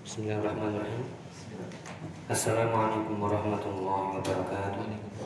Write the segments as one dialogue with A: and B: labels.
A: Bismillahirrahmanirrahim. Assalamualaikum warahmatullahi wabarakatuh.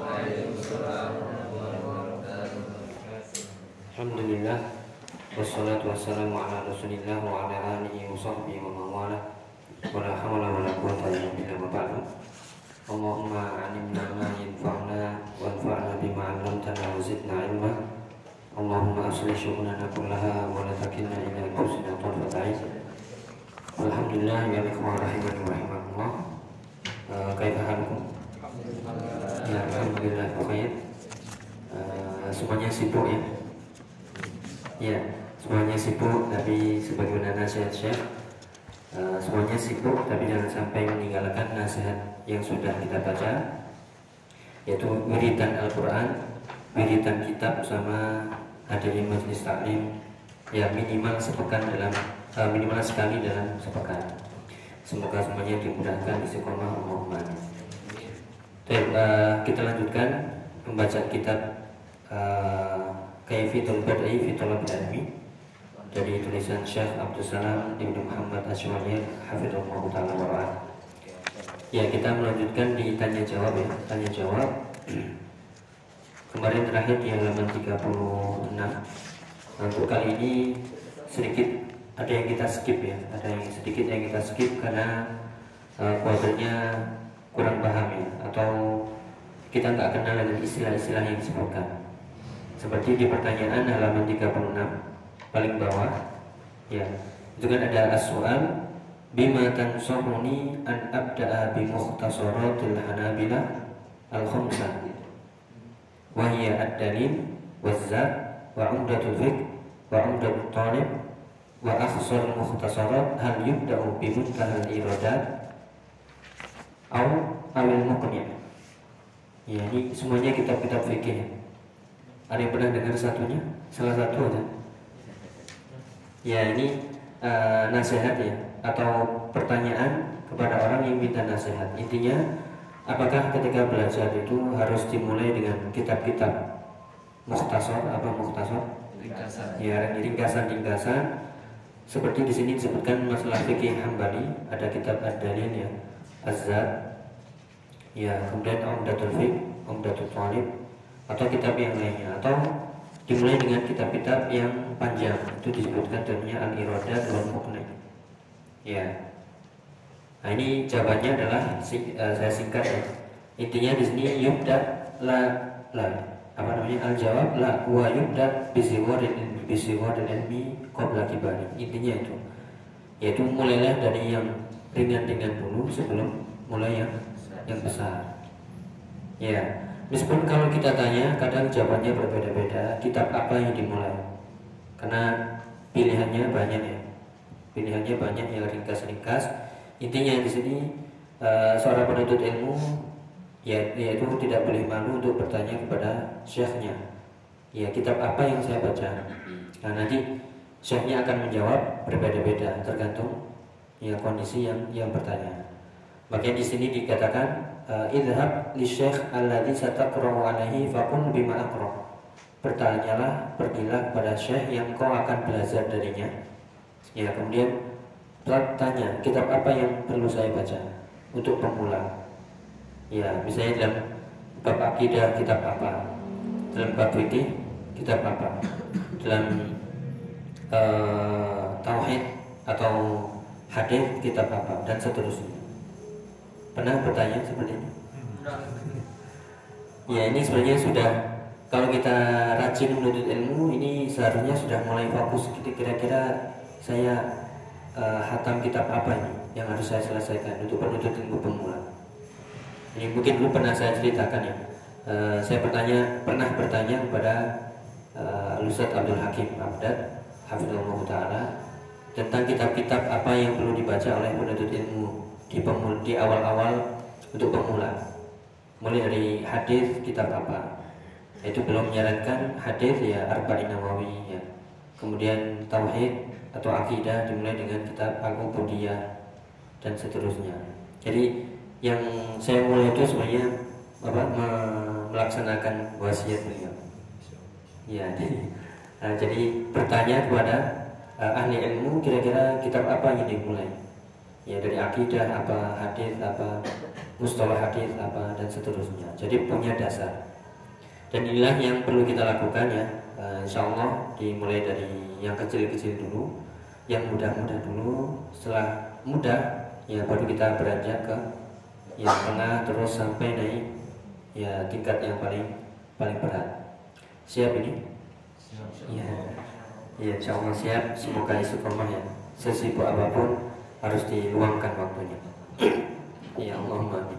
A: Alhamdulillah, wassalatu wassalamu ala rasulillah wa ala alihi wa sahbihi wa mawala, wa la hawla wa la quwwata illa billah wa ba'du. Allahumma alimna ma yanfa'una wa anfa'na bima 'allamtana wa zidna ilma. Allahumma aslih syu'unana kullaha wa la takilna ila anfusina tarfata 'ain. Alhamdulillah ya ikhwan rahimani wa rahimakumullah. Kaifa halukum? Ya, alhamdulillah khair. Semuanya sibuk ya. Ya, semuanya sibuk, tapi sebagaimana nasihat Syekh, semuanya sibuk tapi jangan sampai meninggalkan nasihat yang sudah kita baca, yaitu wiridan Al-Quran, wiridan kitab, sama hadirnya majelis taklim ya minimal sepekan minimal sekali dalam sepekan. Semoga semuanya dimudahkan, istiqomah, Allahumma amin. Kita lanjutkan membaca kitab Kaifiyatul Bad'i fi Thalabil Ilmi dari tulisan Syekh Abdul Salam Ibnu Muhammad Asy'ari hafizahullah taala wa ra'ah. Ya, kita melanjutkan di tanya jawab ya, tanya jawab. Kemarin terakhir di halaman 36. Untuk kali ini sedikit ada yang kita skip ya, ada yang sedikit yang kita skip karena kuadrnya kurang paham ya, atau kita nggak kenal dengan istilah-istilah yang disebutkan. Seperti di pertanyaan halaman 36 paling bawah ya, itu kan ada as-su'al bima tansahuni an abda'a bi mukhtasaratil hanabilah al-khamsah wa hiya ad-dalil waz-zad wa 'umdatul fiqh wa 'umdatul talib wa akhsar mukhtasarat hal yubda'u bi muntahal iradat awil muqni'. Ya, ini semuanya kitab-kitab fikih. Ada yang pernah dengar satunya? Salah satu aja. Ya, ini nasihat ya, atau pertanyaan kepada orang yang minta nasihat. Intinya, apakah ketika belajar itu harus dimulai dengan kitab-kitab mukhtasar? Apa mukhtasar? Ringkasan. Ya, ringkasan-ringkasan. Seperti di sini disebutkan masalah fikih Hambali, ada kitab Ad-Dalil ya, Az-Zad, ya, kemudian Umdatul Fiqh, Umdatul Talib, atau kitab yang lainnya, atau dimulai dengan kitab-kitab yang panjang, itu disebutkan contohnya Al-Iradat wal Muqni'. Ya. Nah, ini jawabannya adalah saya singkat ya. Intinya di sini yubda la apa namanya, al-jawab la wa yubda bisiwaril ilmi qabla kibari. Intinya itu, yaitu mulailah dari yang ringan-ringan dulu sebelum mulai yang besar. Ya, meskipun kalau kita tanya kadang jawabannya berbeda-beda, kitab apa yang dimulai, karena pilihannya banyak ya, pilihannya banyak yang ringkas-ringkas. Intinya di sini seorang penuntut ilmu yaitu tidak boleh malu untuk bertanya kepada syekhnya, ya, kitab apa yang saya baca. Nah, nanti syekhnya akan menjawab berbeda-beda tergantung ya kondisi yang bertanya. Makanya di sini dikatakan idhab li syekh alladhi sataqra'u alaihi faqul bima aqra'. Pertanyalah, pergilah kepada syekh yang kau akan belajar darinya. Ya, kemudian tanya, kitab apa yang perlu saya baca untuk pemula? Ya, misalnya dalam bab akidah kitab apa? Dalam bab fikih kitab apa? Dalam tauhid atau hadis kitab apa, dan seterusnya. Pernah bertanya seperti ini? Ya, ini sebenarnya sudah, kalau kita rajin menuntut ilmu, ini seharusnya sudah mulai fokus. Kira-kira saya hatam kitab apa ini yang harus saya selesaikan untuk penuntut ilmu pemula. Ini mungkin dulu pernah saya ceritakan ya. Saya pernah bertanya kepada Ustaz Abdul Hakim Abdad hafizahullah taala tentang kitab-kitab apa yang perlu dibaca oleh penuntut ilmu di awal-awal untuk pemula. Mulai dari hadis kitab apa? Itu belum menyarankan hadis ya Arba'in Nawawi ya. Kemudian tauhid atau akidah dimulai dengan kitab Al-Ubudiyah dan seterusnya. Jadi yang saya mulai itu sebenarnya melaksanakan wasiat beliau. Ya, jadi bertanya kepada ahli ilmu, kira-kira kitab apa yang dimulai. Ya dari akidah apa, hadis apa, mustalah hadis apa, dan seterusnya. Jadi punya dasar. Dan inilah yang perlu kita lakukan ya. Insya Allah dimulai dari yang kecil-kecil dulu, yang mudah-mudah dulu. Setelah mudah, ya baru kita beranjak ke yang tengah, terus sampai naik ya tingkat yang paling berat. Siap ini? Ya, ya Insya Allah siap. Semoga istiqomah ya. Sesibuk apapun harus diluangkan waktunya. Ya Allahumma amin.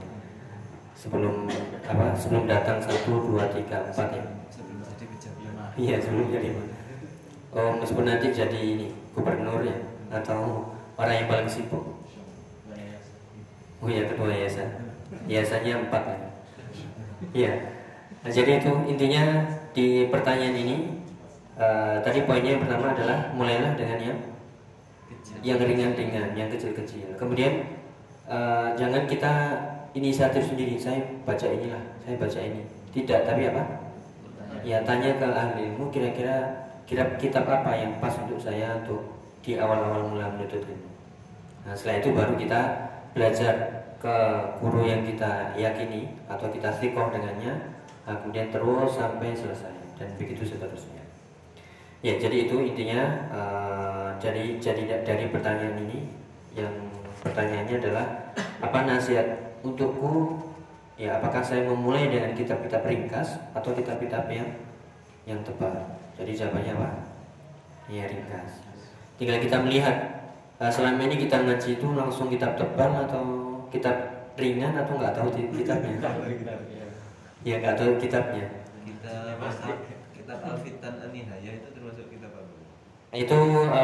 A: Sebelum datang 1, 2, 3, 4 ya. Iya sebelum jadi. Oh meskipun nanti jadi ini gubernur ya, atau orang yang paling sibuk. Oh ya ketua yayasan. Yayasannya 4 ya. Iya. Nah, jadi itu intinya di pertanyaan ini. Tadi poinnya yang pertama adalah mulailah dengan yang ringan-ringan, yang kecil-kecil. Kemudian jangan kita inisiatif sendiri. Saya baca inilah, saya baca ini. Tidak, tapi apa? Ya tanya ke ahli ilmu, kira-kira kitab apa yang pas untuk saya untuk di awal-awal mula menuntut ilmu. Nah setelah itu baru kita belajar ke guru yang kita yakini atau kita thiqah dengannya. Nah, kemudian terus sampai selesai dan begitu seterusnya. Ya jadi itu intinya. Jadi dari pertanyaan ini, yang pertanyaannya adalah apa nasihat untukku? Ya apakah saya memulai dengan kitab-kitab ringkas atau kitab-kitab yang tebal? Jadi jawabannya apa? Ya ringkas. Tinggal kita melihat selama ini kita ngaji itu langsung kitab tebal atau kitab ringan atau nggak tahu kitabnya? Ya nggak tahu kitabnya.
B: Kitab Al-Fitan An-Nihayah itu termasuk kitab apa?
A: Itu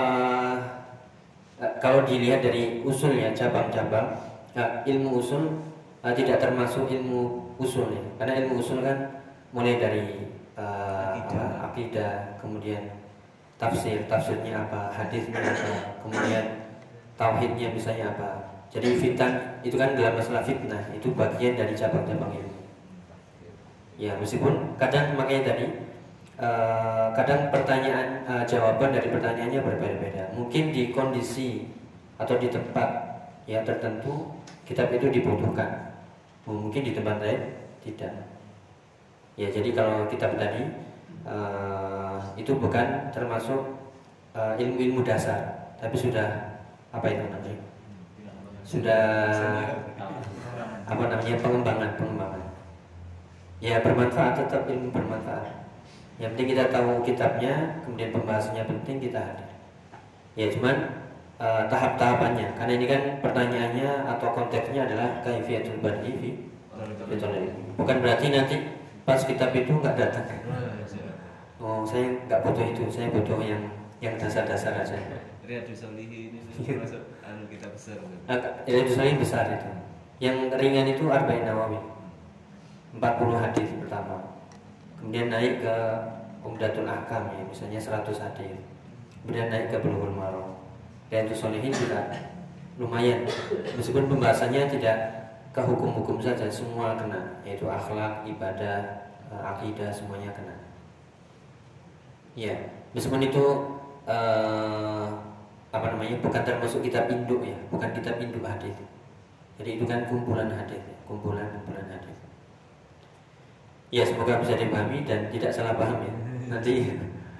A: kalau dilihat dari usulnya, cabang-cabang ilmu usul tidak termasuk ilmu usul ya. Karena ilmu usul kan mulai dari akidah, kemudian tafsirnya apa, hadisnya apa, kemudian tauhidnya misalnya apa. Jadi fitan itu kan dalam masalah fitnah, itu bagian dari cabang-cabang ilmu. Ya meskipun kadang makanya tadi kadang pertanyaan jawaban dari pertanyaannya berbeda-beda. Mungkin di kondisi atau di tempat ya tertentu kitab itu dibutuhkan. Mungkin di tempat lain tidak. Ya jadi kalau kitab tadi itu bukan termasuk ilmu-ilmu dasar, tapi sudah apa itu namanya? Sudah apa namanya pengembangan. Ya bermanfaat, tetap ilmu bermanfaat. Yang penting kita tahu kitabnya, kemudian pembahasannya penting kita hadir. Ya cuman tahap-tahapannya, karena ini kan pertanyaannya atau konteksnya adalah kaifiyatul bad'i fi. Bukan berarti nanti pas kitab itu nggak datang. Oh saya nggak butuh itu, saya butuh yang dasar-dasar aja.
B: Riyadhus Shalihin itu termasuk kitab besar.
A: Riyadhus Shalihin besar itu. Yang ringan itu Arba'in Nawawi, 40 hadis pertama. Kemudian naik ke Umdatul Ahkam ya, misalnya 100 hadis. Kemudian naik ke Bulughul Maram. Riyadhus Shalihin juga lumayan. Meskipun pembahasannya tidak ke hukum-hukum saja, semua kena, yaitu akhlak, ibadah, akidah, semuanya kena. Ya, meskipun itu bukan termasuk kitab induk ya, bukan kitab induk hadis. Jadi itu kan kumpulan hadis, kumpulan hadis. Ya semoga bisa dipahami dan tidak salah paham ya. Nanti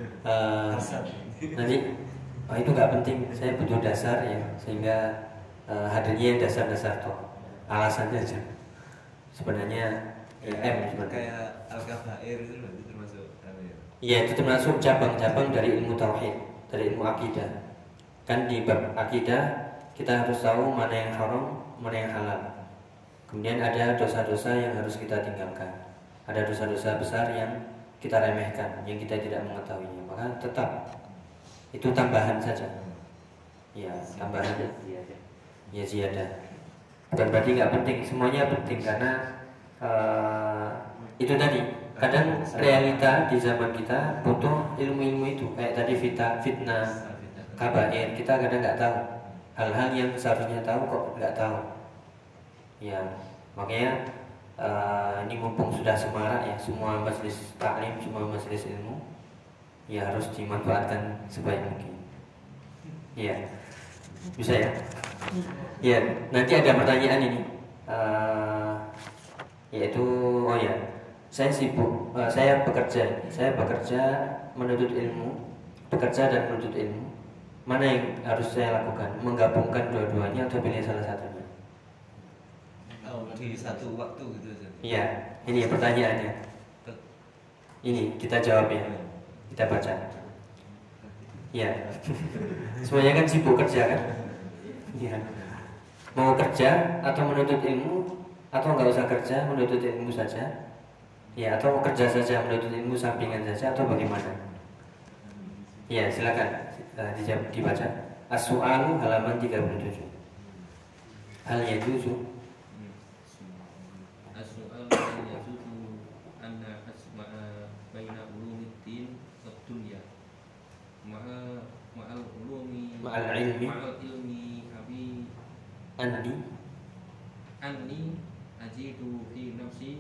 A: itu nggak penting. Saya butuh dasar ya, sehingga hadirnya yang dasar-dasar toh. Alasannya aja. Sebenarnya sebenarnya.
B: Kayak Al-Kabair itu termasuk apa ya?
A: Iya itu termasuk cabang-cabang dari ilmu tauhid, dari ilmu akidah. Kan di bab akidah kita harus tahu mana yang haram, mana yang halal. Kemudian ada dosa-dosa yang harus kita tinggalkan. Ada dosa-dosa besar yang kita remehkan, yang kita tidak mengetahuinya. Maka tetap itu tambahan saja. Ya, tambahan. Ya ziyadah. Bukan berarti nggak penting, semuanya penting karena itu tadi. Kadang realita di zaman kita butuh ilmu-ilmu itu. Kayak tadi fitnah, kabair. Kita kadang nggak tahu hal-hal yang seharusnya tahu kok nggak tahu. Ya, makanya ini mumpung sudah semarak ya, semua majelis taklim, semua majelis ilmu ya harus dimanfaatkan sebaik mungkin. Ya, bisa ya. Ya, nanti ada pertanyaan ini. Yaitu saya sibuk, saya bekerja menuntut ilmu, bekerja dan menuntut ilmu. Mana yang harus saya lakukan? Menggabungkan dua-duanya atau pilih salah satunya?
B: Di satu waktu gitu aja.
A: Iya, ini pertanyaannya. Ini kita jawab ya. Kita baca. Ya, semuanya kan sibuk kerja kan? Ya. Mau kerja atau menuntut ilmu, atau nggak usah kerja menuntut ilmu saja? Ya, atau kerja saja menuntut ilmu sampingan saja atau bagaimana? Ya, silakan dibaca. As-su'alu halaman 37. Hal yajuzu.
C: As-su'alu hal yajuzu anna asma'a baina ulumiddin wad dunya. Ma'al ulumi
A: Ma'al ilmi
C: abi
A: anni
C: ajidu fi nafsi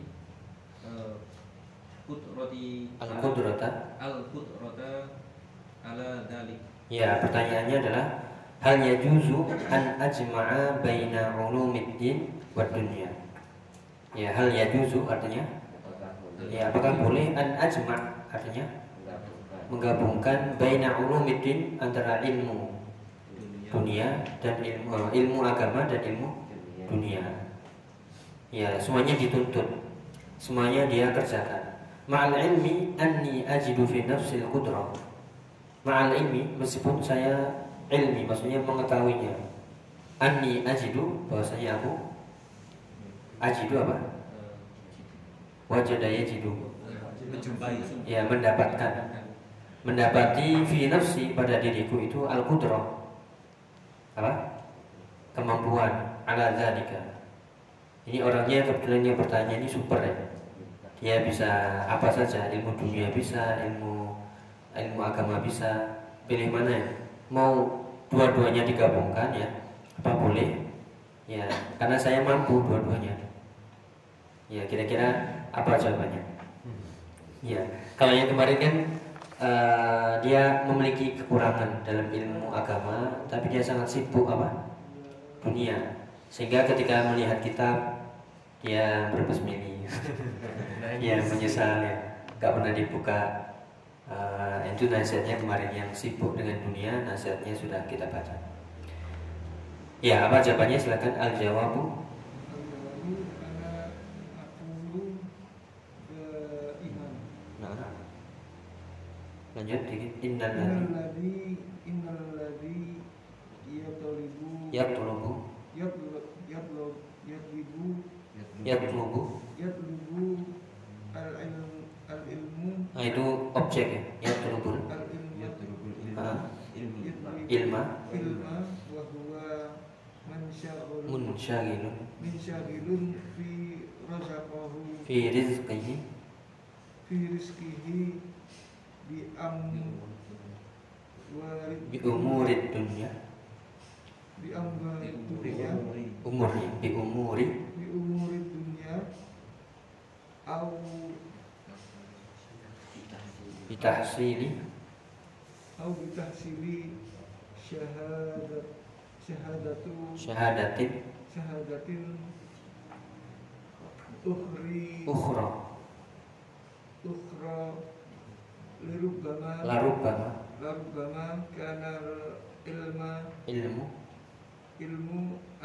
A: al-qudrata
C: ala dalik.
A: Ya, pertanyaannya adalah hal yajuzu an ajma'a baina ulumiddin wad dunya. Ya, hal yajuzu artinya ya, apakah boleh an ajma' artinya menggabungkan baina ulumiddin antara ilmu dunia dan ilmu agama dan ilmu dunia. Ya, semuanya dituntut. Semuanya dia kerjakan. Ma'al ilmi anni ajidu fi nafsil qudrah. Ma'al ilmi, meskipun saya ilmi, maksudnya mengetahuinya. Anni ajidu, bahwasanya aku ajidu apa? Wajada yajidu.
B: Menjumpai.
A: Ya, mendapati fi nafsi, pada diriku itu al-qudrah. Apa? Kemampuan ala dzalika. Ini orangnya kebetulan yang bertanya ini super ya. Dia bisa apa saja, ilmu dunia bisa, ilmu agama bisa. Pilih mana ya? Mau dua-duanya digabungkan ya? Apa boleh? Ya, karena saya mampu dua-duanya. Ya, kira-kira apa jawabannya? Ya, kalau yang kemarin kan dia memiliki kekurangan dalam ilmu agama, tapi dia sangat sibuk apa? Dunia. Sehingga ketika melihat kitab dia berbesmili. Ya, menyesal ya, gak pernah dibuka. Itu nasihatnya kemarin, yang sibuk dengan dunia, nasihatnya sudah kita baca. Ya, apa jawabannya? Silakan al-jawabu. Lanjut dikit. Innal ladzi yatlubu al-ilmu. Nah, itu objek ya. Yatlubul ilma
D: wa huwa
A: munsyagilun
D: fi rizqihi
A: bi umurid dunya. Bi umuri
D: dunya au
A: bitahsili syahadatin ukhra
D: larubbama kana ilmu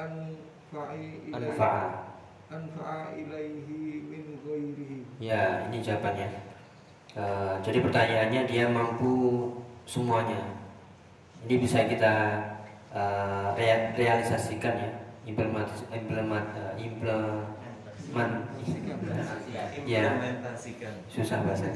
D: anfa'a ilaihi min ghairihi.
A: Ya, ini jawabannya. Jadi pertanyaannya, dia mampu semuanya. Ini bisa kita realisasikan ya,
B: implementasikan.
A: Susah bahasa.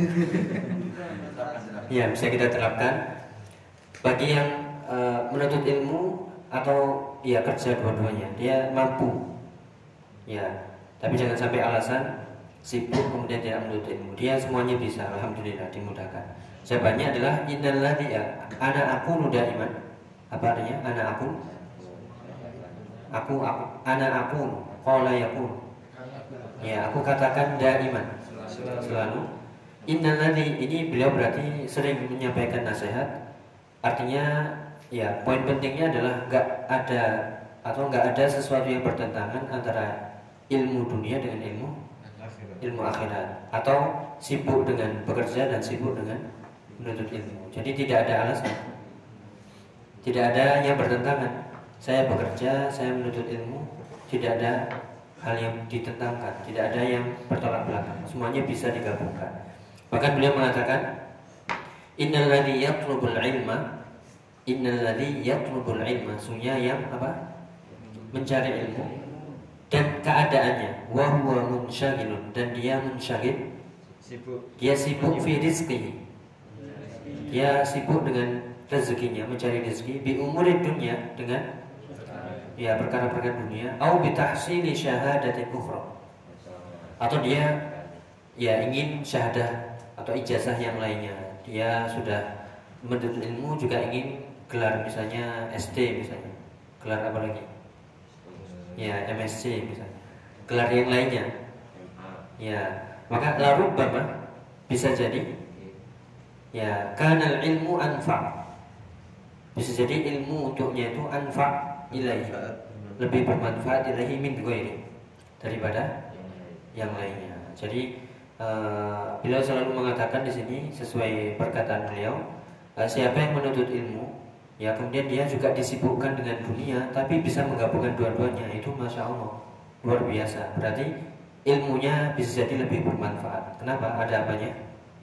A: Ya, bisa kita terapkan bagi yang menuntut ilmu atau ya kerja dua-duanya. Dia mampu. Ya, tapi jangan sampai alasan sibuk kemudian tidak menuntut ilmu. Dia semuanya bisa, alhamdulillah, dimudahkan. Jawabannya adalah innalladzi ana aqulu daiman. Apa artinya? Ana aqul. Aku ana aqul, qala yaqul. Ya, aku katakan daiman, selalu. Innalladzi, ini beliau berarti sering menyampaikan nasihat. Artinya ya, poin pentingnya adalah enggak ada atau nggak ada sesuatu yang bertentangan antara ilmu dunia dengan ilmu akhirat, atau sibuk dengan bekerja dan sibuk dengan menuntut ilmu. Jadi tidak ada alasan, tidak ada yang bertentangan. Saya bekerja, saya menuntut ilmu, tidak ada hal yang ditentangkan, tidak ada yang bertolak belakang. Semuanya bisa digabungkan. Bahkan beliau mengatakan, innalladzi yatlubul ilma, innalladzi yatlubul ilma, sungguhnya yang apa? Mencari ilmu dan keadaannya wa huwa munsyagilun, dan dia munsyagil, dia sibuk fi rizqihi, dia sibuk dengan rezekinya, mencari rezeki, bi umuri dunya, dengan ya perkara-perkara dunia, au bi tahsili syahadatin ukhra, atau dia ya ingin syahadah atau ijazah yang lainnya. Dia sudah menuntut ilmu juga ingin gelar, misalnya SD misalnya, gelar apa lagi? Ya MSc misalnya, gelar yang lainnya. Ya, maka larubbama, bisa jadi ya kanal ilmu anfa, bisa jadi ilmu untuknya itu anfa ilaihi, lebih bermanfaat ilaihi min ghairi, daripada yang lainnya. Jadi beliau selalu mengatakan di sini sesuai perkataan beliau, siapa yang menuntut ilmu ya kemudian dia juga disibukkan dengan dunia tapi bisa menggabungkan dua-duanya, itu masya Allah luar biasa. Berarti ilmunya bisa jadi lebih bermanfaat. Kenapa? Ada apanya?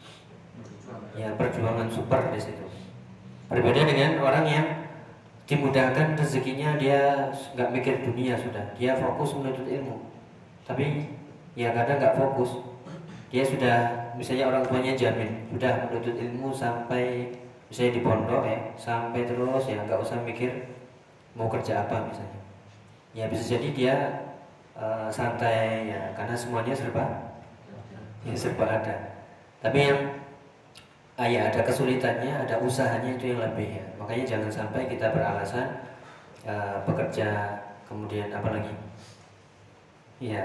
A: Ya perjuangan super di situ. Berbeda dengan orang yang dimudahkan rezekinya, dia nggak mikir dunia sudah, dia fokus menuntut ilmu. Tapi ya kadang nggak fokus. Dia sudah, misalnya orang tuanya jamin sudah menuntut ilmu sampai misalnya di pondok ya, sampai terus ya nggak usah mikir mau kerja apa misalnya. Ya bisa jadi dia santai ya, karena semuanya serba ada. Tapi yang ya ada kesulitannya, ada usahanya, itu yang lebih ya. Makanya jangan sampai kita beralasan bekerja kemudian apa lagi? Ya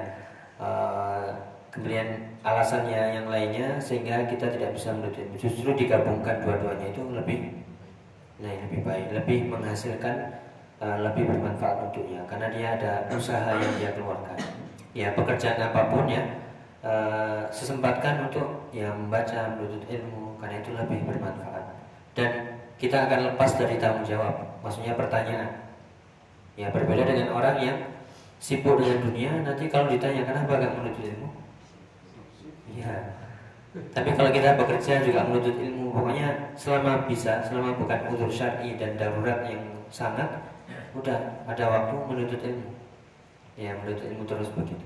A: kemudian alasannya yang lainnya sehingga kita tidak bisa menuntut. Justru digabungkan dua-duanya itu lebih baik, lebih menghasilkan, lebih bermanfaat untuknya karena dia ada usaha yang dia keluarkan. Ya pekerjaan apapun ya sesempatkan untuk ya membaca, menuntut ilmu, karena itu lebih bermanfaat dan kita akan lepas dari tanggung jawab, maksudnya pertanyaan. Ya berbeda dengan orang yang sibuk dengan dunia, nanti kalau ditanya kenapa gak menuntut ilmu, ya. Tapi kalau kita bekerja juga menuntut ilmu, pokoknya selama bisa, selama bukan udzur syar'i dan darurat yang sangat, udah ada waktu menuntut ilmu. Ya menuntut ilmu terus begitu.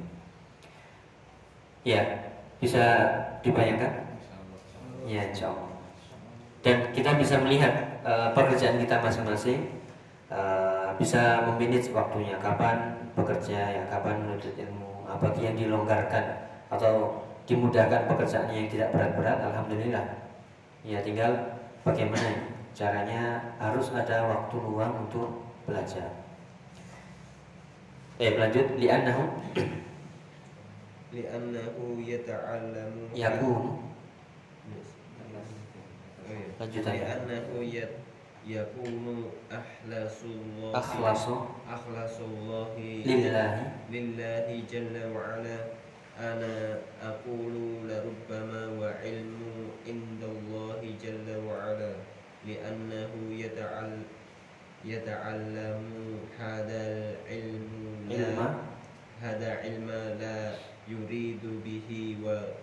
A: Ya bisa dibayangkan? Ya insya Allah. Dan kita bisa melihat pekerjaan kita masing-masing, bisa memanage waktunya, kapan bekerja, ya kapan menuntut ilmu, bagi yang dilonggarkan atau dimudahkan pekerjaannya yang tidak berat-berat, alhamdulillah. Ya tinggal bagaimana caranya, harus ada waktu luang untuk belajar. Lanjut, li'annahu
B: yata'allamu
A: yakun. Lanjut aja.
B: li'annahu yakunu akhlasullahi lillahi jalla wa ala. Ana aqulu larubbama wa ilmu indallahi jalla wa ala li'annahu yata'allamu hadal ilma la yuridu bihi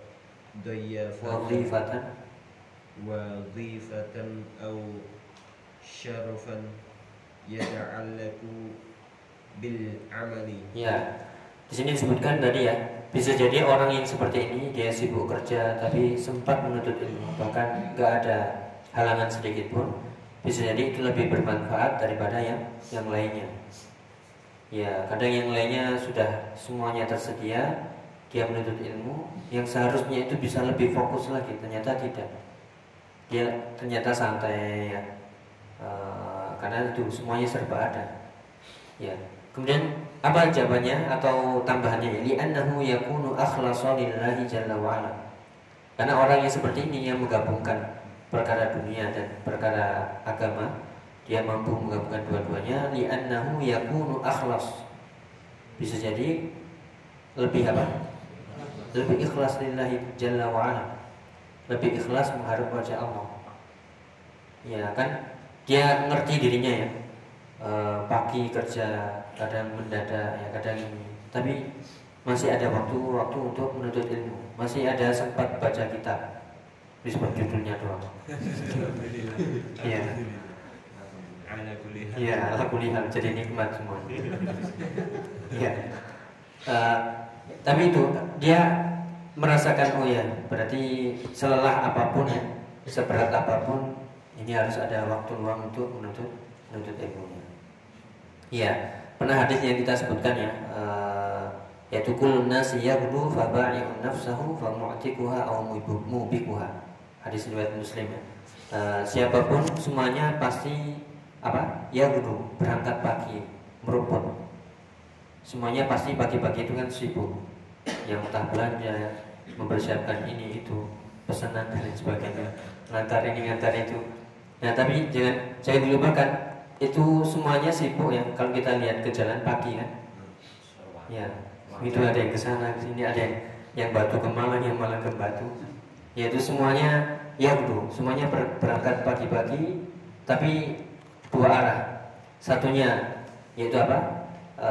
B: wadhifatan aw syarafan yata'allaqu bil amali.
A: Ya, di sini disebutkan tadi ya, bisa jadi orang yang seperti ini dia sibuk kerja tapi sempat menuntut ilmu, bahkan nggak ada halangan sedikit pun, bisa jadi itu lebih bermanfaat daripada yang lainnya. Ya kadang yang lainnya sudah semuanya tersedia, dia menuntut ilmu yang seharusnya itu bisa lebih fokus lagi, ternyata tidak. Dia ternyata santai ya, karena itu semuanya serba ada. Ya kemudian apa jawabannya atau tambahannya? Li'annahu yakunu akhlasa lillahi jalla wa ala. Karena orang yang seperti ini yang menggabungkan perkara dunia dan perkara agama, dia mampu menggabungkan dua-duanya, li'annahu yakunu akhlas. Bisa jadi lebih apa? Lebih ikhlas lillahi jalla wa ala. Lebih ikhlas mengharap wajah Allah. Ya kan, dia ngerti dirinya ya. Pagi kerja, kadang mendadak ya, kadang ini. Tapi masih ada waktu untuk menuntut ilmu. Masih ada sempat baca kitab. Disebut judulnya doang. Iya. Iya, ala kulihal, jadi nikmat semua. Iya. Tapi itu dia merasakan, oh ya, berarti selelah apapun ya, seberat apapun, ini harus ada waktu luang untuk menuntut ilmunya. Iya, pernah hadis yang kita sebutkan ya, yaitu kulun nasi yaghdu fa ba'i'un nafsahu fa mu'tiquha aw mubikuha. Hadis riwayat Muslim ya. Siapapun semuanya pasti apa? Yaghdu, berangkat pagi, merumput. Semuanya pasti pagi-pagi itu kan sibuk. Yang entah belanja, mempersiapkan ini itu, pesanan dan lain sebagainya, ngantar ini ngantar itu. Nah, tapi jangan dilupakan, itu semuanya sibuk ya. Kalau kita lihat ke jalan pagi kan, ya itu ada yang kesana kesini, ada yang Batu ke Malang, yang Malang ke Batu. Ya itu semuanya ya bro, semuanya berangkat pagi-pagi, tapi dua arah. Satunya yaitu apa?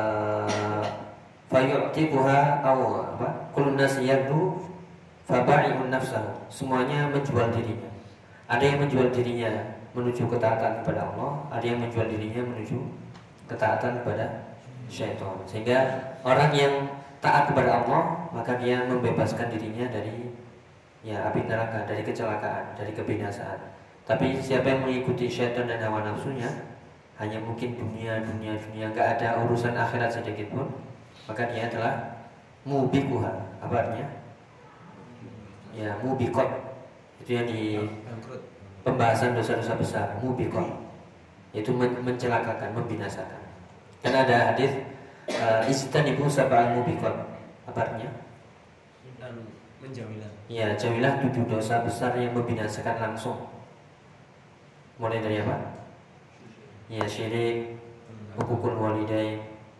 A: Fayu'tiquha aw apa? Kullun nas yagdu faba'i'un nafsahu. Semuanya menjual dirinya. Ada yang menjual dirinya menuju ketaatan kepada Allah, ada yang menjual dirinya menuju ketaatan kepada syaitan. Sehingga orang yang taat kepada Allah, maka dia membebaskan dirinya dari ya api neraka, dari kecelakaan, dari kebinasaan. Tapi siapa yang mengikuti syaitan dan hawa nafsunya, hanya mungkin dunia, nggak ada urusan akhirat sedikit pun, maka dia adalah mubikuha. Apa artinya? Ya mubikot. Itu yang di pembahasan dosa-dosa besar, mubikot, yaitu mencelakakan, membinasakan. Karena ada hadis istanibu sab'al mubikot. Apa artinya?
B: Menjauhilah.
A: Ya, jauhilah 7 dosa besar yang membinasakan langsung. Mulai dari apa? Ya, syirik, hukukul walidain.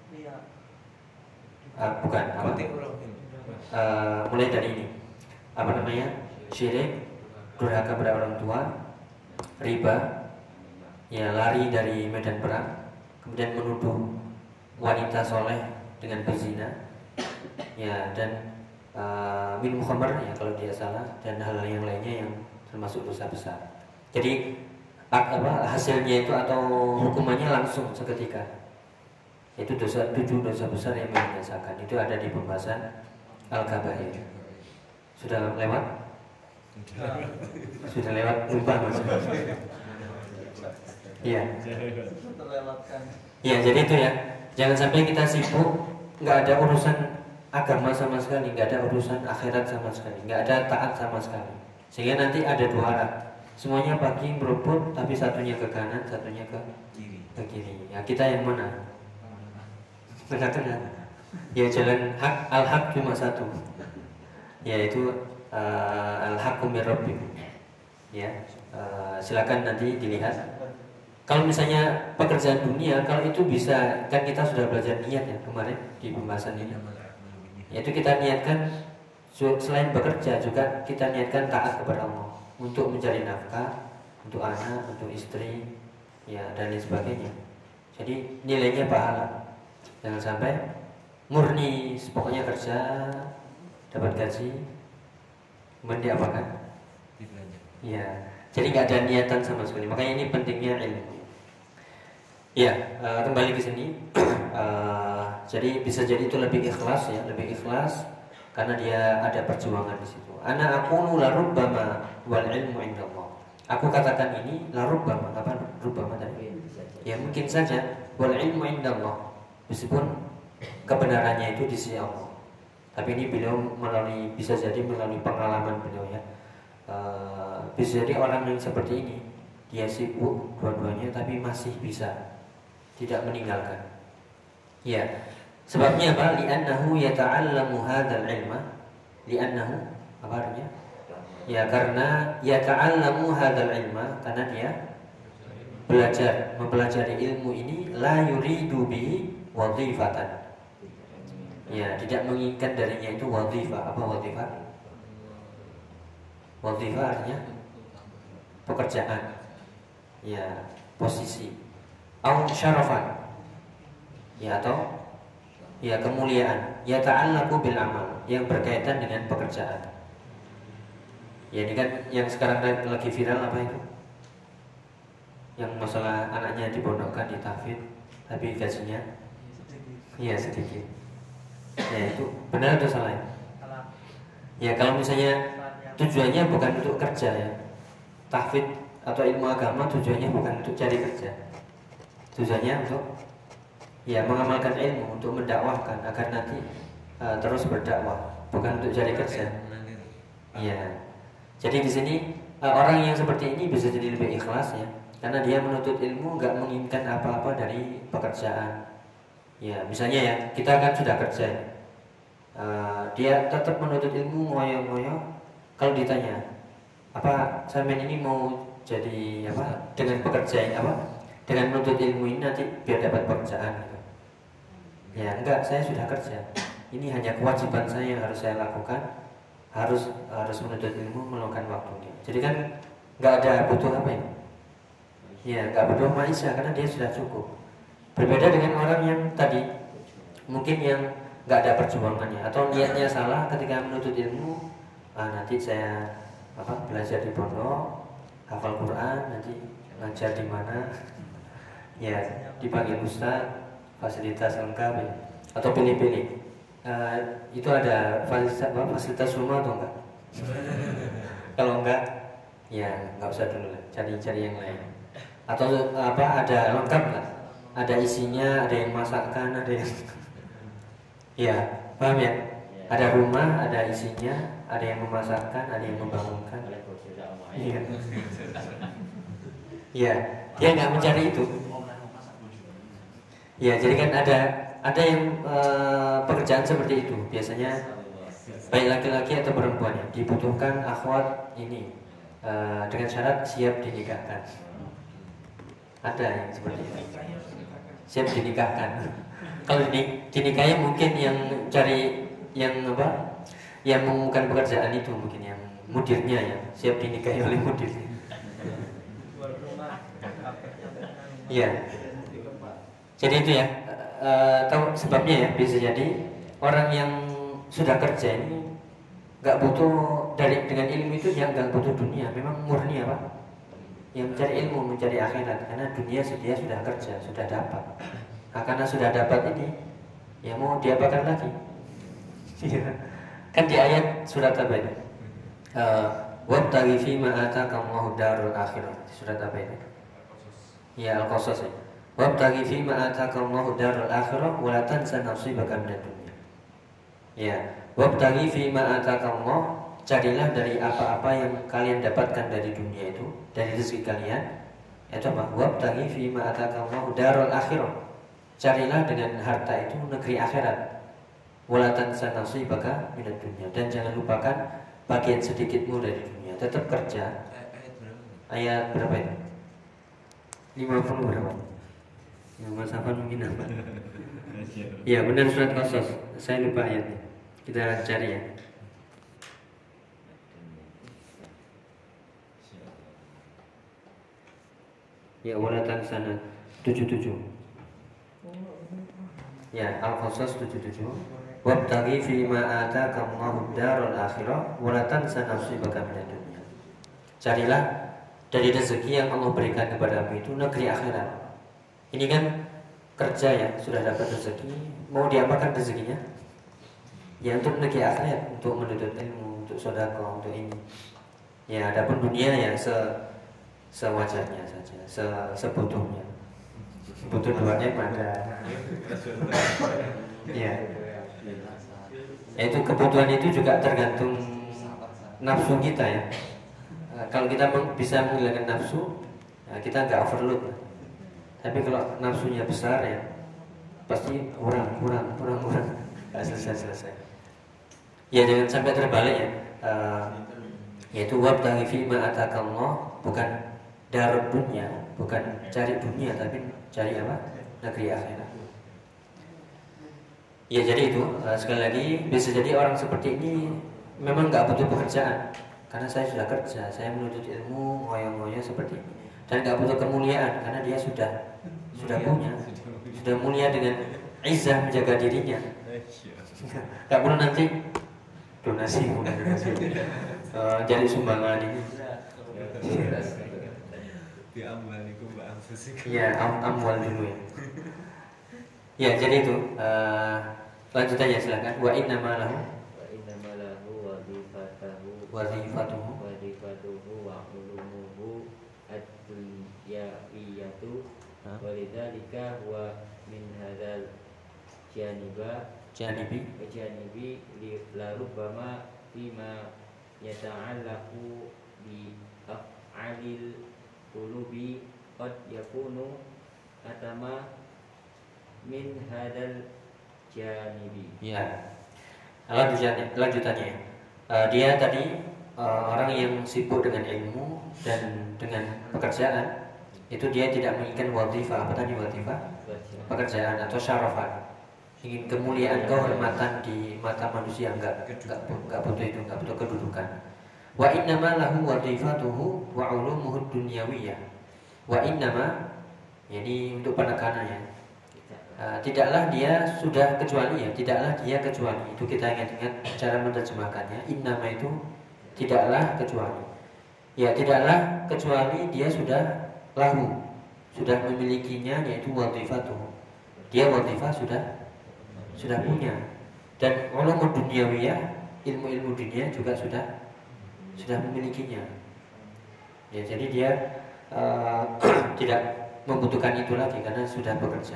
A: Bukan apa? Mulai dari ini. Apa namanya? Syirik, durhaka pada orang tua, riba, ya lari dari medan perang, kemudian menuduh wanita soleh dengan berzina, ya dan minum khamar ya kalau dia salah, dan hal yang lainnya yang termasuk dosa besar. Jadi hasilnya itu atau hukumannya langsung seketika. Itu 7 dosa besar yang membinasakan. Itu ada di pembahasan Al-Kabair. Sudah lewat? Sudah lewat, lupa maksudnya. Iya. Iya, jadi itu ya. Jangan sampai kita sibuk, nggak ada urusan agama sama sekali, nggak ada urusan akhirat sama sekali, nggak ada taat sama sekali. Sehingga nanti ada 2 arah. Semuanya pagi berebut, tapi satunya ke kanan, satunya ke kiri. Ya kita yang mana? Tengah-tengah. Ya jalan hak, al-haq cuma satu, yaitu al-haqqu mir rabbik. Ya, silakan nanti dilihat. Kalau misalnya pekerjaan dunia, kalau itu bisa, kan kita sudah belajar niat ya kemarin di pembahasan ini. Yaitu kita niatkan selain bekerja juga kita niatkan taat kepada Allah untuk mencari nafkah, untuk anak, untuk istri, ya dan lain sebagainya. Jadi nilainya pahala. Jangan sampai murni pokoknya kerja dapat gaji, kemudian diapakan? Ya, jadi nggak ada niatan sama sekali. Makanya ini pentingnya ilmu. Ya, kembali ke sini. Jadi bisa jadi itu lebih ikhlas ya, lebih ikhlas karena dia ada perjuangan di situ. Ana aqulu la rubbama wal ilmu indallah. Aku katakan ini la rubbama, apa rubbama tadi? Ya mungkin saja wal ilmu indallah. Meskipun kebenarannya itu di sisi Allah. Tapi ini beliau bisa jadi melalui pengalaman beliau ya. Bisa jadi orang yang seperti ini dia sibuk dua-duanya tapi masih bisa tidak meninggalkan. Ya, sebabnya apa? Li'annahu yata'allamu hadzal ilma. Li'annahu apa artinya? Ya karena yata'allamu hadzal ilma, karena dia mempelajari ilmu ini la yuridu bihi wadhifatan. Ya, tidak menginginkan darinya itu wadhifah. Apa wadhifah? Wadhifah artinya pekerjaan. Ya, posisi. Au syarafan. Ya, atau ya kemuliaan. Ya ta'allaqu bil amal, yang berkaitan dengan pekerjaan. Ya, ini kan yang sekarang lagi viral apa itu? Yang masalah anaknya dipondokkan di tahfidz tapi gajinya iya sedikit. Ya, itu benar atau salah ya? Ya, kalau misalnya tujuannya bukan untuk kerja ya, tahfidz atau ilmu agama tujuannya bukan untuk cari kerja, tujuannya untuk ya mengamalkan ilmu, untuk mendakwahkan agar nanti terus berdakwah, bukan untuk cari kerja. Iya. Jadi di sini orang yang seperti ini bisa jadi lebih ikhlas ya, karena dia menuntut ilmu nggak menginginkan apa-apa dari pekerjaan. Ya, misalnya ya, kita kan sudah kerja. Dia tetap menuntut ilmu ngoyo-ngoyo. Kalau ditanya, apa sampean ini mau jadi apa dengan pekerjaan apa? Dengan menuntut ilmu ini nanti biar dapat pekerjaan gitu. Ya, enggak, saya sudah kerja. Ini hanya kewajiban saya yang harus saya lakukan. Harus menuntut ilmu meluangkan waktunya. Jadi kan nggak ada butuh apa ya? Ya, nggak butuh maisha karena dia sudah cukup. Berbeda dengan orang yang tadi mungkin yang nggak ada perjuangannya atau niatnya salah ketika menuntut ilmu. Nanti saya belajar di pondok, hafal Quran, nanti ngajar di mana? Ya, dipanggil ustaz, fasilitas lengkap ya. Atau pilih-pilih. Itu ada fasilitas rumah atau enggak? Kalau enggak, ya nggak usah dulu lah, cari yang lain. Atau ada lengkap nggak? Ada isinya, ada yang masakkan, ada yang ya, paham ya? Ada rumah, ada isinya, ada yang memasakkan, ada yang membangunkan. Iya. Iya, dia nggak mencari itu. Ya, jadi kan ada yang pekerjaan seperti itu. Biasanya baik laki-laki atau perempuan ya, dibutuhkan akhwat ini dengan syarat siap dinikahkan. Ada yang seperti itu. Siap dinikahkan. Kalau dinikahi mungkin yang cari yang apa? Yang mengumumkan pekerjaan itu mungkin yang mudirnya ya, siap dinikahi oleh mudirnya. Iya. Jadi itu ya. Tahu sebabnya ya, bisa jadi orang yang sudah kerja ini nggak butuh dengan ilmu itu, yang nggak butuh dunia, memang murni apa? Yang mencari ilmu, mencari akhirat, karena dunia dia sudah kerja, sudah dapat. Nah, karena sudah dapat ini, ya mau diapakan lagi? Kan di ayat surat apa ini? Wabtaghi fima ataakallahu darul akhirah. Surat apa ini? Ya, Al-Qasas ya. Wabtaghi fima ataakallahu darul akhirah wa la tansa nasibaka minad dunya. Ya, wabtaghi fima ataakallahu, carilah dari apa-apa yang kalian dapatkan dari dunia itu, dari rezeki kalian. Itu apa? Wabtaghi fima ataakallahu darul akhirah. Carilah dengan harta itu negeri akhirat. Wa la tansa nasibaka minad dunya, dan jangan lupakan bagian sedikitmu dari dunia. Tetap kerja. Ayat berapa itu? 50 berapa? Mas Afan mungkin apa? Ya benar, surat Qasas. Saya lupa ayatnya. Kita cari ya. Ya, walatan sana 77. Ya, Al-Qasas 77. Wabtaghi fima ataakallahu darul akhirah wa la tansa nasibaka minad dunya. Carilah dari rezeki yang Allah berikan kepadamu itu negeri akhirat. Ini kan kerja ya, sudah dapat rezeki, mau diapakan rezekinya? Ya untuk negeri akhirat, untuk menuntut ilmu, untuk sedekah, untuk ini. Ya, adapun dunia ya sewajarnya saja, sebutuhnya. Butuh doanya pada. Ya. Itu kebutuhan itu juga tergantung nafsu kita ya. Kalau kita bisa menghilangkan nafsu, kita nggak overload. Tapi kalau nafsunya besar ya, pasti kurang, nggak selesai. Ya jangan sampai terbalik ya. Yaitu wabtaghi fima ataakallahu, bukan darud dunya, bukan cari dunia tapi cari apa? Negeri akhirat. Ya jadi itu sekali lagi bisa jadi orang seperti ini memang nggak butuh pekerjaan karena saya sudah kerja, saya menuntut ilmu ngoyo-ngoyo seperti ini dan nggak butuh kemuliaan karena dia sudah punya, sudah mulia dengan izzah menjaga dirinya. Nggak perlu nanti donasi jadi sumbangan ini.
B: Bi'amwalikum wa anfusikum.
A: Ya amwal dulu ya. Ya jadi itu lanjut aja silakan. Wa innama lahu wazifatuhu
E: wa ulumuhu ad-dunyawiyatu walidzalika huwa min hadzal janibi la rubbama fima yata'allaqu bi af'alil qulubi qad yakunu atama min hadzal janibi.
A: Ya. Lanjutannya. Dia tadi orang yang sibuk dengan ilmu dan dengan pekerjaan itu dia tidak menginginkan wazifah. Apa tadi wazifah? Pekerjaan atau syarafat. Ingin kemuliaan, kehormatan di mata manusia, enggak butuh itu, enggak butuh kedudukan. Wa innama lahu wazifatuhu wa ulumuhu dunyawiyah. Wa innama, ini untuk penekanannya. Tidaklah dia sudah kecuali itu kita ingat-ingat cara menerjemahkannya. Innama itu tidaklah kecuali. Ya tidaklah kecuali dia sudah memilikinya, yaitu wazifatuhu. Dia wazifah sudah punya, dan ulumud dunyawiyah, ilmu-ilmu dunia juga sudah memilikinya. Ya jadi dia tidak membutuhkan itu lagi karena sudah bekerja.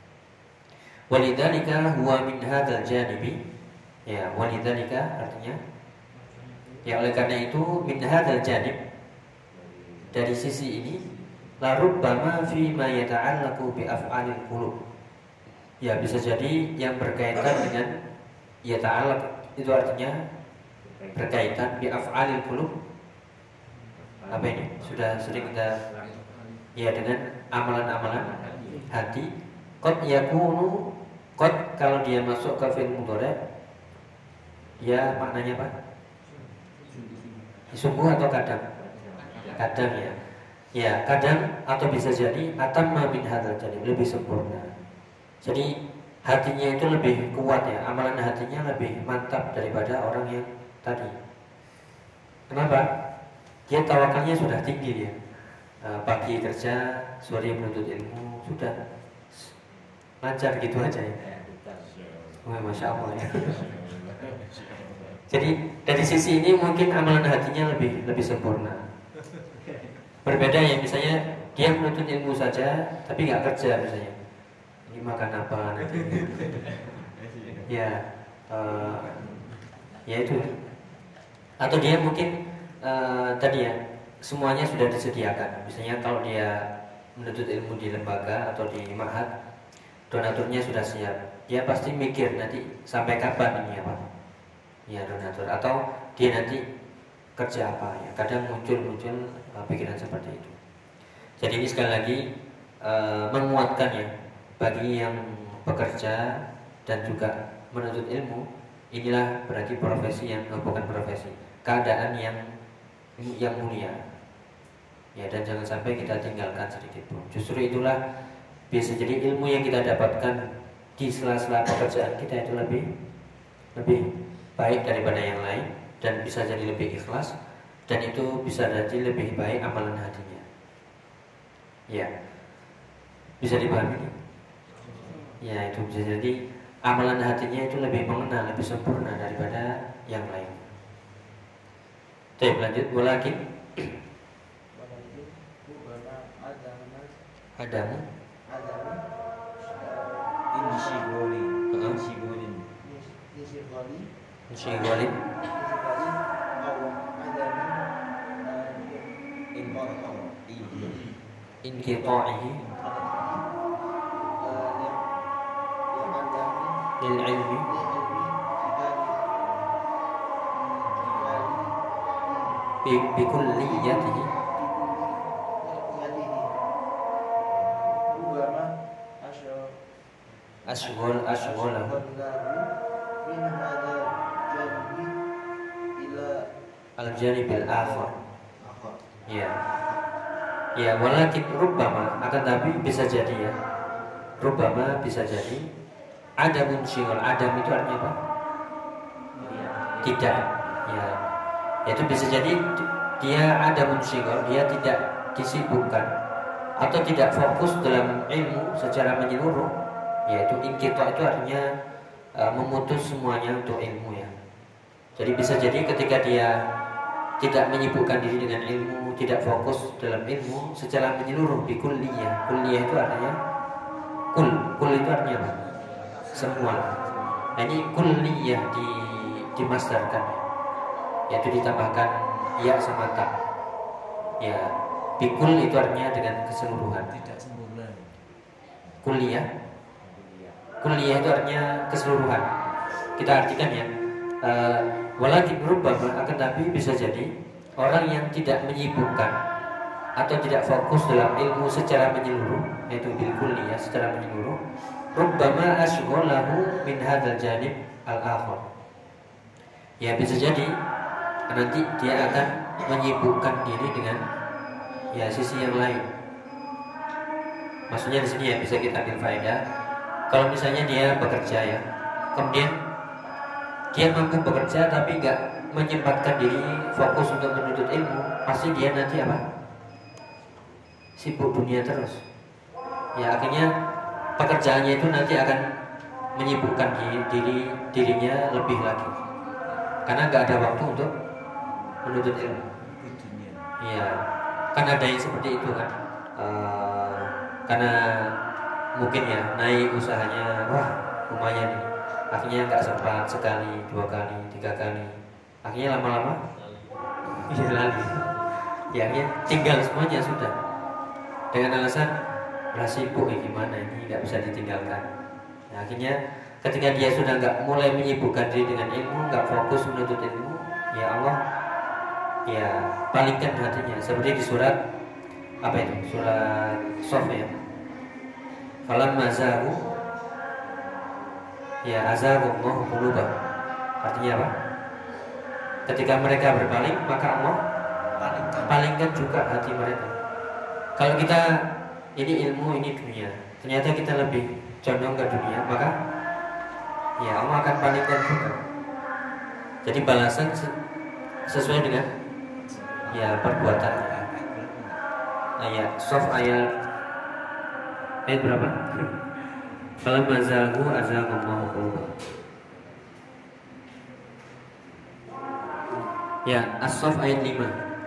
A: Walidzalika huwa min hadzal janibi. Ya, walidzalika artinya ya oleh karena itu min hadzal janib, dari sisi ini la rubbama fi ma yata'allaqu bi af'alil qulub. Ya bisa jadi yang berkaitan dengan yata'allaq itu artinya berkaitan bi af'alil qulub. Apa ini? Sudah sering kita ya dengan amalan-amalan hati. Qad yakunu, qad kalau dia masuk ke fi'il mudhari ya maknanya apa? Sungguh atau kadang? Kadang ya. Ya, kadang atau bisa jadi atamma min hadzal janib, lebih sempurna. Jadi hatinya itu lebih kuat ya, amalan hatinya lebih mantap daripada orang yang tadi. Kenapa? Dia tawakalnya sudah tinggi ya. Pagi kerja, sore menuntut ilmu, sudah lancar gitu aja ya. Wah, Masya Allah ya. Jadi dari sisi ini mungkin amalan hatinya lebih sempurna. Berbeda ya, misalnya dia menuntut ilmu saja tapi nggak kerja misalnya. Ini makan apa nanti? Ya, ya itu. Atau dia mungkin tadi ya semuanya sudah disediakan. Misalnya kalau dia menuntut ilmu di lembaga atau di ma'had, donaturnya sudah siap. Dia pasti mikir nanti sampai kapan ini apa? Ya donatur, atau dia nanti kerja apa ya. Kadang muncul pikiran seperti itu. Jadi ini sekali lagi menguatkan ya bagi yang bekerja dan juga menuntut ilmu. Inilah berarti profesi yang bukan profesi, keadaan yang mulia. Ya, dan jangan sampai kita tinggalkan sedikit pun. Justru itulah bisa jadi ilmu yang kita dapatkan di sela-sela pekerjaan kita itu lebih baik daripada yang lain, dan bisa jadi lebih ikhlas, dan itu bisa jadi lebih baik amalan hatinya. Ya, bisa dipahami? Ya, itu bisa jadi amalan hatinya itu lebih mengenal, lebih sempurna daripada yang lain. Oke, lanjut. Walakin Adamu Insyigolin Inqita'ihi Lil ilmi Bikulliyatihi Ashgholahu
B: Ashghalahu min hadzal janbi ila
A: al-janibil akhar.
B: akhar.
A: Ya. Ya, walakin rubbama, akan tapi bisa jadi ya. Rubbama bisa jadi ada munsyghal. Adam itu artinya apa? Tidak. Ya. Itu bisa jadi dia ada munsyghal, dia tidak disibukkan atau tidak fokus dalam ilmu secara menyeluruh. Yaitu inqita itu artinya memutus semuanya untuk ilmu ya. Jadi bisa jadi ketika dia tidak menyibukkan diri dengan ilmu, tidak fokus dalam ilmu secara menyeluruh di kulliyah. Kulliyah itu artinya kul itu artinya apa? Semua. Nah, ini kulliyah dimasdarkan, yaitu ditambahkan ya sama ta. Ya, bikul itu artinya dengan keseluruhan.
B: Tidak sempurna.
A: Kulliyah itu artinya keseluruhan. Kita artikan ya. Walakin rubbama, akan tapi bisa jadi orang yang tidak menyibukkan atau tidak fokus dalam ilmu secara menyeluruh, yaitu bil kulliyah secara menyeluruh, rubbama ashghalahu min hadzal janib al-akhar. Ya, bisa jadi nanti dia akan menyibukkan diri dengan ya sisi yang lain. Maksudnya di sini ya bisa kita ambil faedah. Kalau misalnya dia bekerja ya, kemudian dia mampu bekerja tapi nggak menyempatkan diri fokus untuk menuntut ilmu, pasti dia nanti apa? Sibuk dunia terus. Ya, akhirnya pekerjaannya itu nanti akan menyibukkan dirinya lebih lagi, karena nggak ada waktu untuk menuntut ilmu. Iya, kan ada yang seperti itu kan. Karena mungkin ya naik usahanya, wah lumayan nih. Akhirnya nggak sempat sekali, 2 kali, 3 kali. Akhirnya lama-lama iya lagi. Ya, akhirnya tinggal semuanya sudah. Dengan alasan sibuk ya gimana ini nggak bisa ditinggalkan. Nah, akhirnya ketika dia sudah nggak mulai menyibukkan diri dengan ilmu, nggak fokus menuntut ilmu, ya Allah ya palingkan hatinya. Seperti di surat apa itu? Surat Shaf ya. Falamma zagu ya azaghallahu qulubahum. Artinya apa? Ketika mereka berpaling, maka Allah palingkan juga hati mereka. Kalau kita ini ilmu, ini dunia, ternyata kita lebih condong ke dunia, maka ya Allah akan palingkan juga. Jadi balasan sesuai dengan ya perbuatannya. Ayat Shaf ayat berapa? Falamma zagu azaghallahu qulubahum. Ya, As-Saff ayat 5.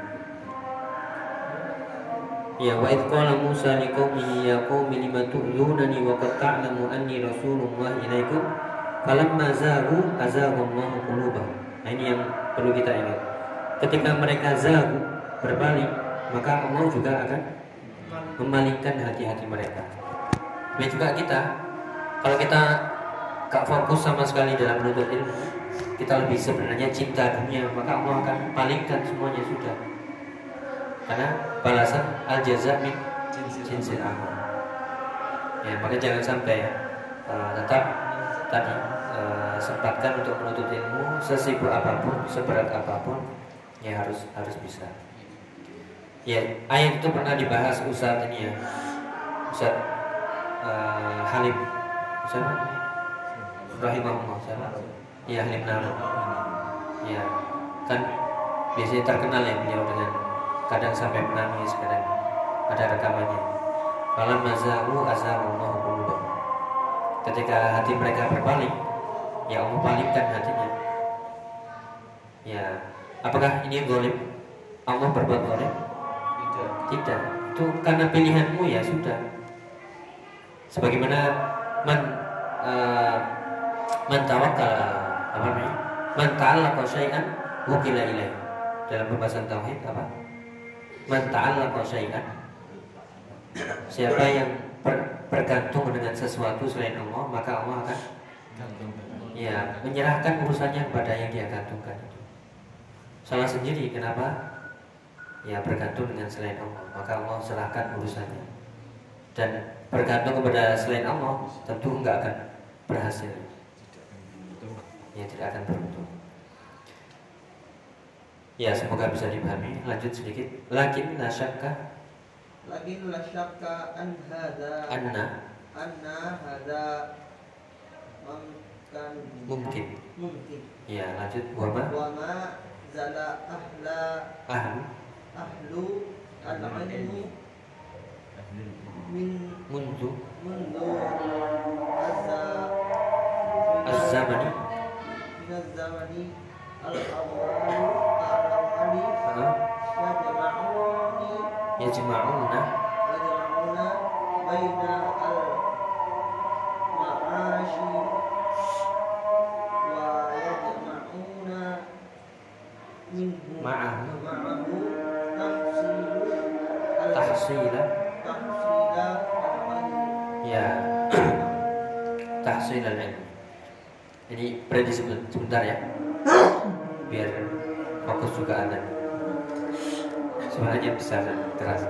A: Ya, wa idh qala Musa liqaumihi ya qaumi lima tu'dhunani wa qad ta'lamu anni rasulullah ilaikum falamma zagu azaghallahu qulubahum. Nah, ini yang perlu kita ingat. Ketika mereka zagu, berbalik, maka Allah juga akan memalingkan hati-hati mereka. Dan juga kita, kalau kita gak fokus sama sekali dalam menuntut ilmu, kita lebih sebenarnya cinta dunia, maka Allah akan palingkan semuanya sudah. Karena balasan al-jaza min jinsil amal. Ya, maka jangan sampai tetap tadi sempatkan untuk menuntut ilmu sesibuk apapun, seberat apapun, ya harus bisa. Ya, ayat itu pernah dibahas Ustaz ini ya, Ustaz Halim, siapa? Rahimahullah, siapa? Ya, Halim Naro. Ya, kan biasanya terkenal ya beliau dengan kadang sampai menangis, kadang ada rekamannya. Falam mazahu azaghallahu qulubahum. Ketika hati mereka berpaling, ya Allah palingkan hatinya. Ya, apakah ini zalim? Allah berbuat zalim? Tidak. Itu karena pilihanmu ya sudah. Sebagaimana man tawakkala apa namanya? Man ta'allaqa syai'an wukila ilaihi. Dalam pembahasan tauhid apa? Man ta'allaqa syai'an. Siapa yang bergantung dengan sesuatu selain Allah, maka Allah akan ya menyerahkan urusannya kepada yang dia gantungkan itu. Salah sendiri kenapa? Ya bergantung dengan selain Allah, maka Allah serahkan urusannya. Dan bergantung kepada selain Allah, tentu nggak akan berhasil. Ya, tidak akan beruntung. Ya, semoga bisa dipahami. Lanjut sedikit. Lakin la syakka
F: an hadza
A: anna
F: hadza
A: mungkin.
F: mungkin.
A: Ya, lanjut.
F: Wa ma zala ahlu al-ilmi
A: mundu
F: mundu
A: az-zamani
F: min az-zamani al-awwali
A: yajma'una
F: baina al-ma'ashi wa yajma'una minhu
A: ma'ahu
F: tahsila
A: tahsila
F: al-ilmi.
A: ya tahsil al-ilm. Ini berhenti sebentar ya, biar fokus juga ada. Suaranya besar dan keras.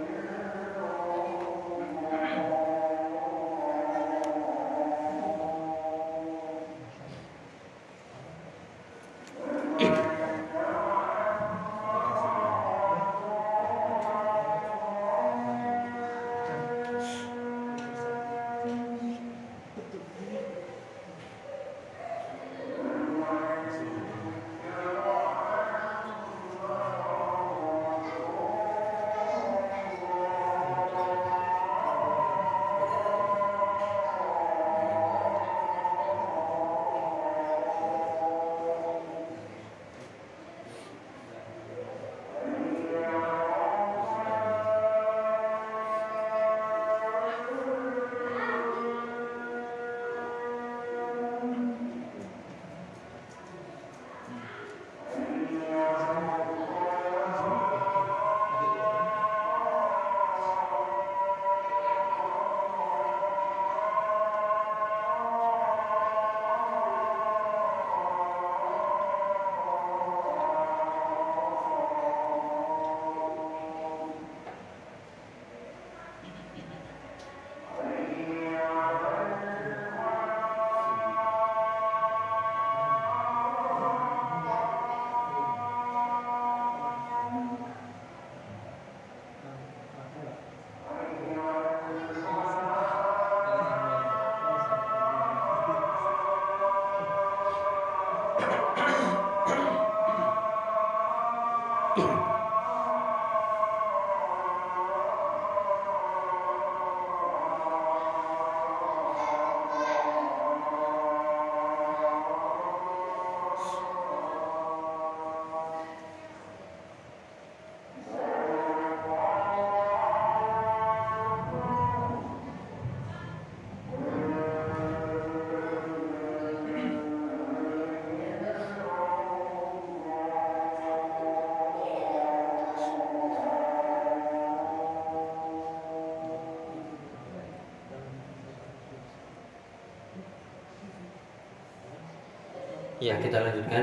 A: Ya, kita lanjutkan.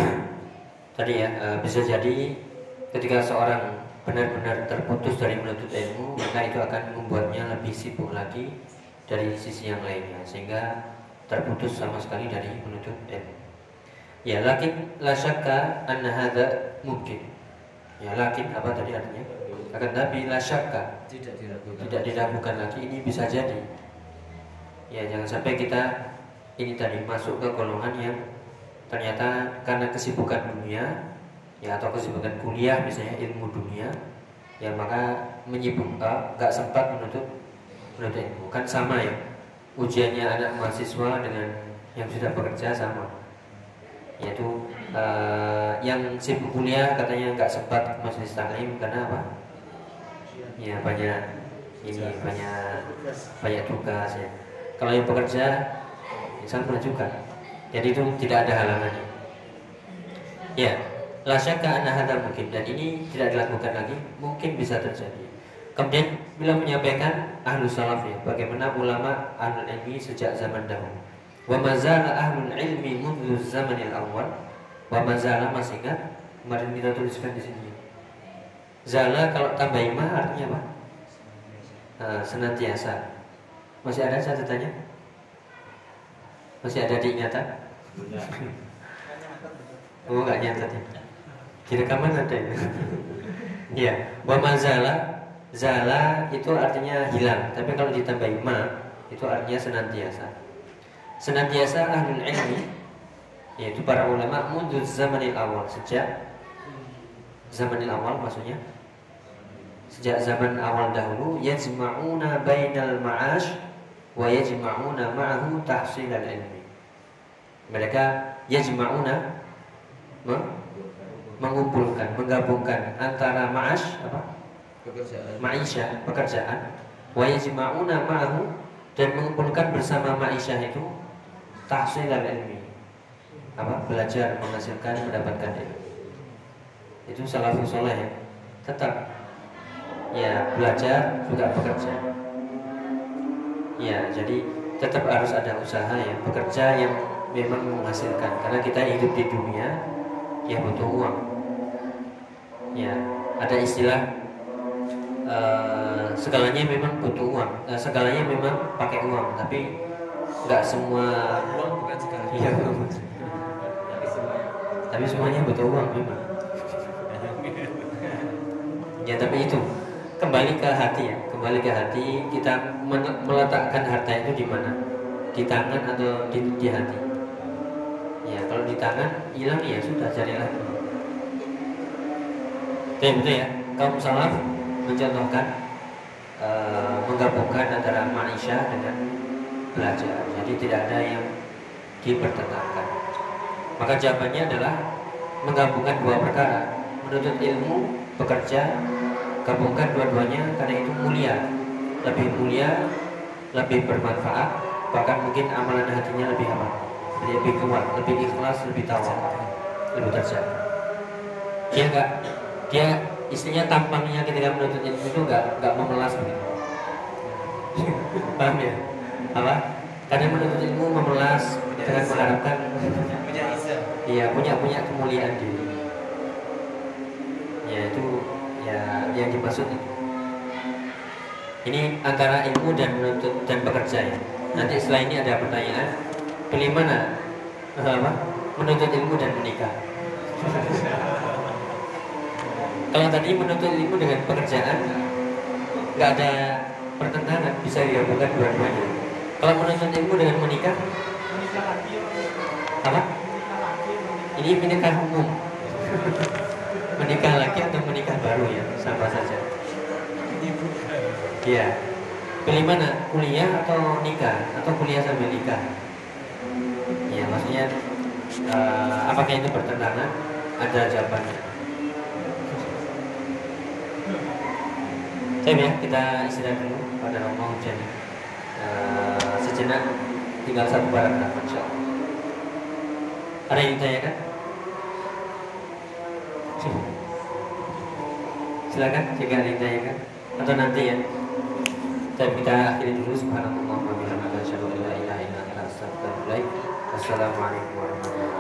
A: Tadi ya, bisa jadi ketika seorang benar-benar terputus dari menuntut ilmu, maka itu akan membuatnya lebih sibuk lagi dari sisi yang lainnya, sehingga terputus sama sekali dari menuntut ilmu. Ya, lakin la syakka anna hadza mungkin. Ya, lakin apa tadi artinya? Akan tapi la syakka, tidak diragukan lagi, ini bisa jadi. Ya, jangan sampai kita ini tadi masuk ke golongan yang ternyata karena kesibukan dunia, ya, atau kesibukan kuliah misalnya, ilmu dunia, ya, maka menyibukkan, nggak sempat menuntut ilmu. Kan sama ya, ujiannya anak mahasiswa dengan yang sudah bekerja sama, yaitu yang sibuk kuliah katanya nggak sempat ke majelis taklim karena apa? Ya, banyak tugas ya. Kalau yang bekerja sama juga. Jadi itu tidak ada halangannya. Ya, la syakka anna hadza mungkin, dan ini tidak dilakukan lagi, mungkin bisa terjadi. Kemudian beliau menyampaikan ahlu salaf ya, bagaimana ulama ahlul ilmi sejak zaman dahulu. Wa mazala ahlul ilmi mundu zamanil awal. Wa mazala, masih ingat? Kemarin kita tuliskan di sini. Zala kalau tambah imah artinya apa? Senantiasa. Masih ada catatannya? Masih ada diingatan? Oh, nggak nyatat ya? Di rekaman ada ya? Iya. Wa mazala, zala itu artinya hilang. Tapi kalau ditambahin ma, itu artinya senantiasa. Senantiasa ahlul ilmi, yaitu para ulama mundur zamanil awal, sejak zamanil awal maksudnya sejak zaman awal dahulu, yajma'una bainal ma'ash wa yajma'una ma'ahu tahsilal ilmi. Mereka yajma'una mengumpulkan, menggabungkan antara ma'ash apa? Ma'isyah, pekerjaan, wa yajma'una ma'ahu, dan mengumpulkan bersama ma'isyah itu tahsilal ilmi, apa? Belajar, menghasilkan, mendapatkan ilmu. Itu salafus saleh ya. Tetap ya belajar juga bekerja. Ya, jadi tetap harus ada usaha ya, bekerja yang memang menghasilkan. Karena kita hidup di dunia ya butuh uang. Ya, ada istilah segalanya memang butuh uang. Segalanya memang pakai uang, tapi nggak semua
B: Uang bukan segalanya.
A: iya, tapi semuanya butuh uang memang. Ya, tapi itu kembali ke hati ya, kembali ke hati. Kita meletakkan harta itu di mana? Di tangan atau di hati? Ya, kalau di tangan hilang ya sudah, cari lagi. Betul ya. Kaum salaf mencontohkan menggabungkan antara ma'isyah dengan belajar. Jadi tidak ada yang dipertentangkan. Maka jawabannya adalah menggabungkan dua perkara, menuntut ilmu, bekerja, gabungkan dua-duanya karena itu mulia, lebih bermanfaat, bahkan mungkin amalan hatinya lebih apa? Lebih kuat, lebih ikhlas, lebih tawakal, lebih terjaga. Dia istrinya tampangnya ketika menuntut ilmu itu nggak memelas begitu. Paham ya? Apa? Karena menuntut ilmu memelas dengan mengharapkan
B: Punya izin.
A: iya punya kemuliaan diri. Ya itu ya yang dimaksud itu. Ini antara ilmu dan menuntut dan bekerja ya. Nanti setelah ini ada pertanyaan, pilih mana? Apa? Menuntut ilmu dan menikah. Kalau tadi menuntut ilmu dengan pekerjaan nggak ada pertentangan, bisa digabungkan dua-duanya. Kalau menuntut ilmu dengan menikah, apa? Ini menikah umum. Menikah lagi atau menikah baru ya, sama saja. Iya. Pilih mana? Kuliah atau nikah? Atau kuliah sambil nikah? Ya, maksudnya apakah itu bertentangan? Ada jawabannya. Saya ya, kita istirahat dulu pada rumah hujan. Sejenak, tinggal satu paragraf, insya Allah. Ada yang ditanyakan? Silakan jika ada yang ditanyakan atau nanti ya. Dan kita akhiri dulu. Subhanallah wa bihamdihi, asyhadu an la ilaha illa anta, astaghfiruka wa atubu ilaik. Wassalamualaikum warahmatullahi wabarakatuh.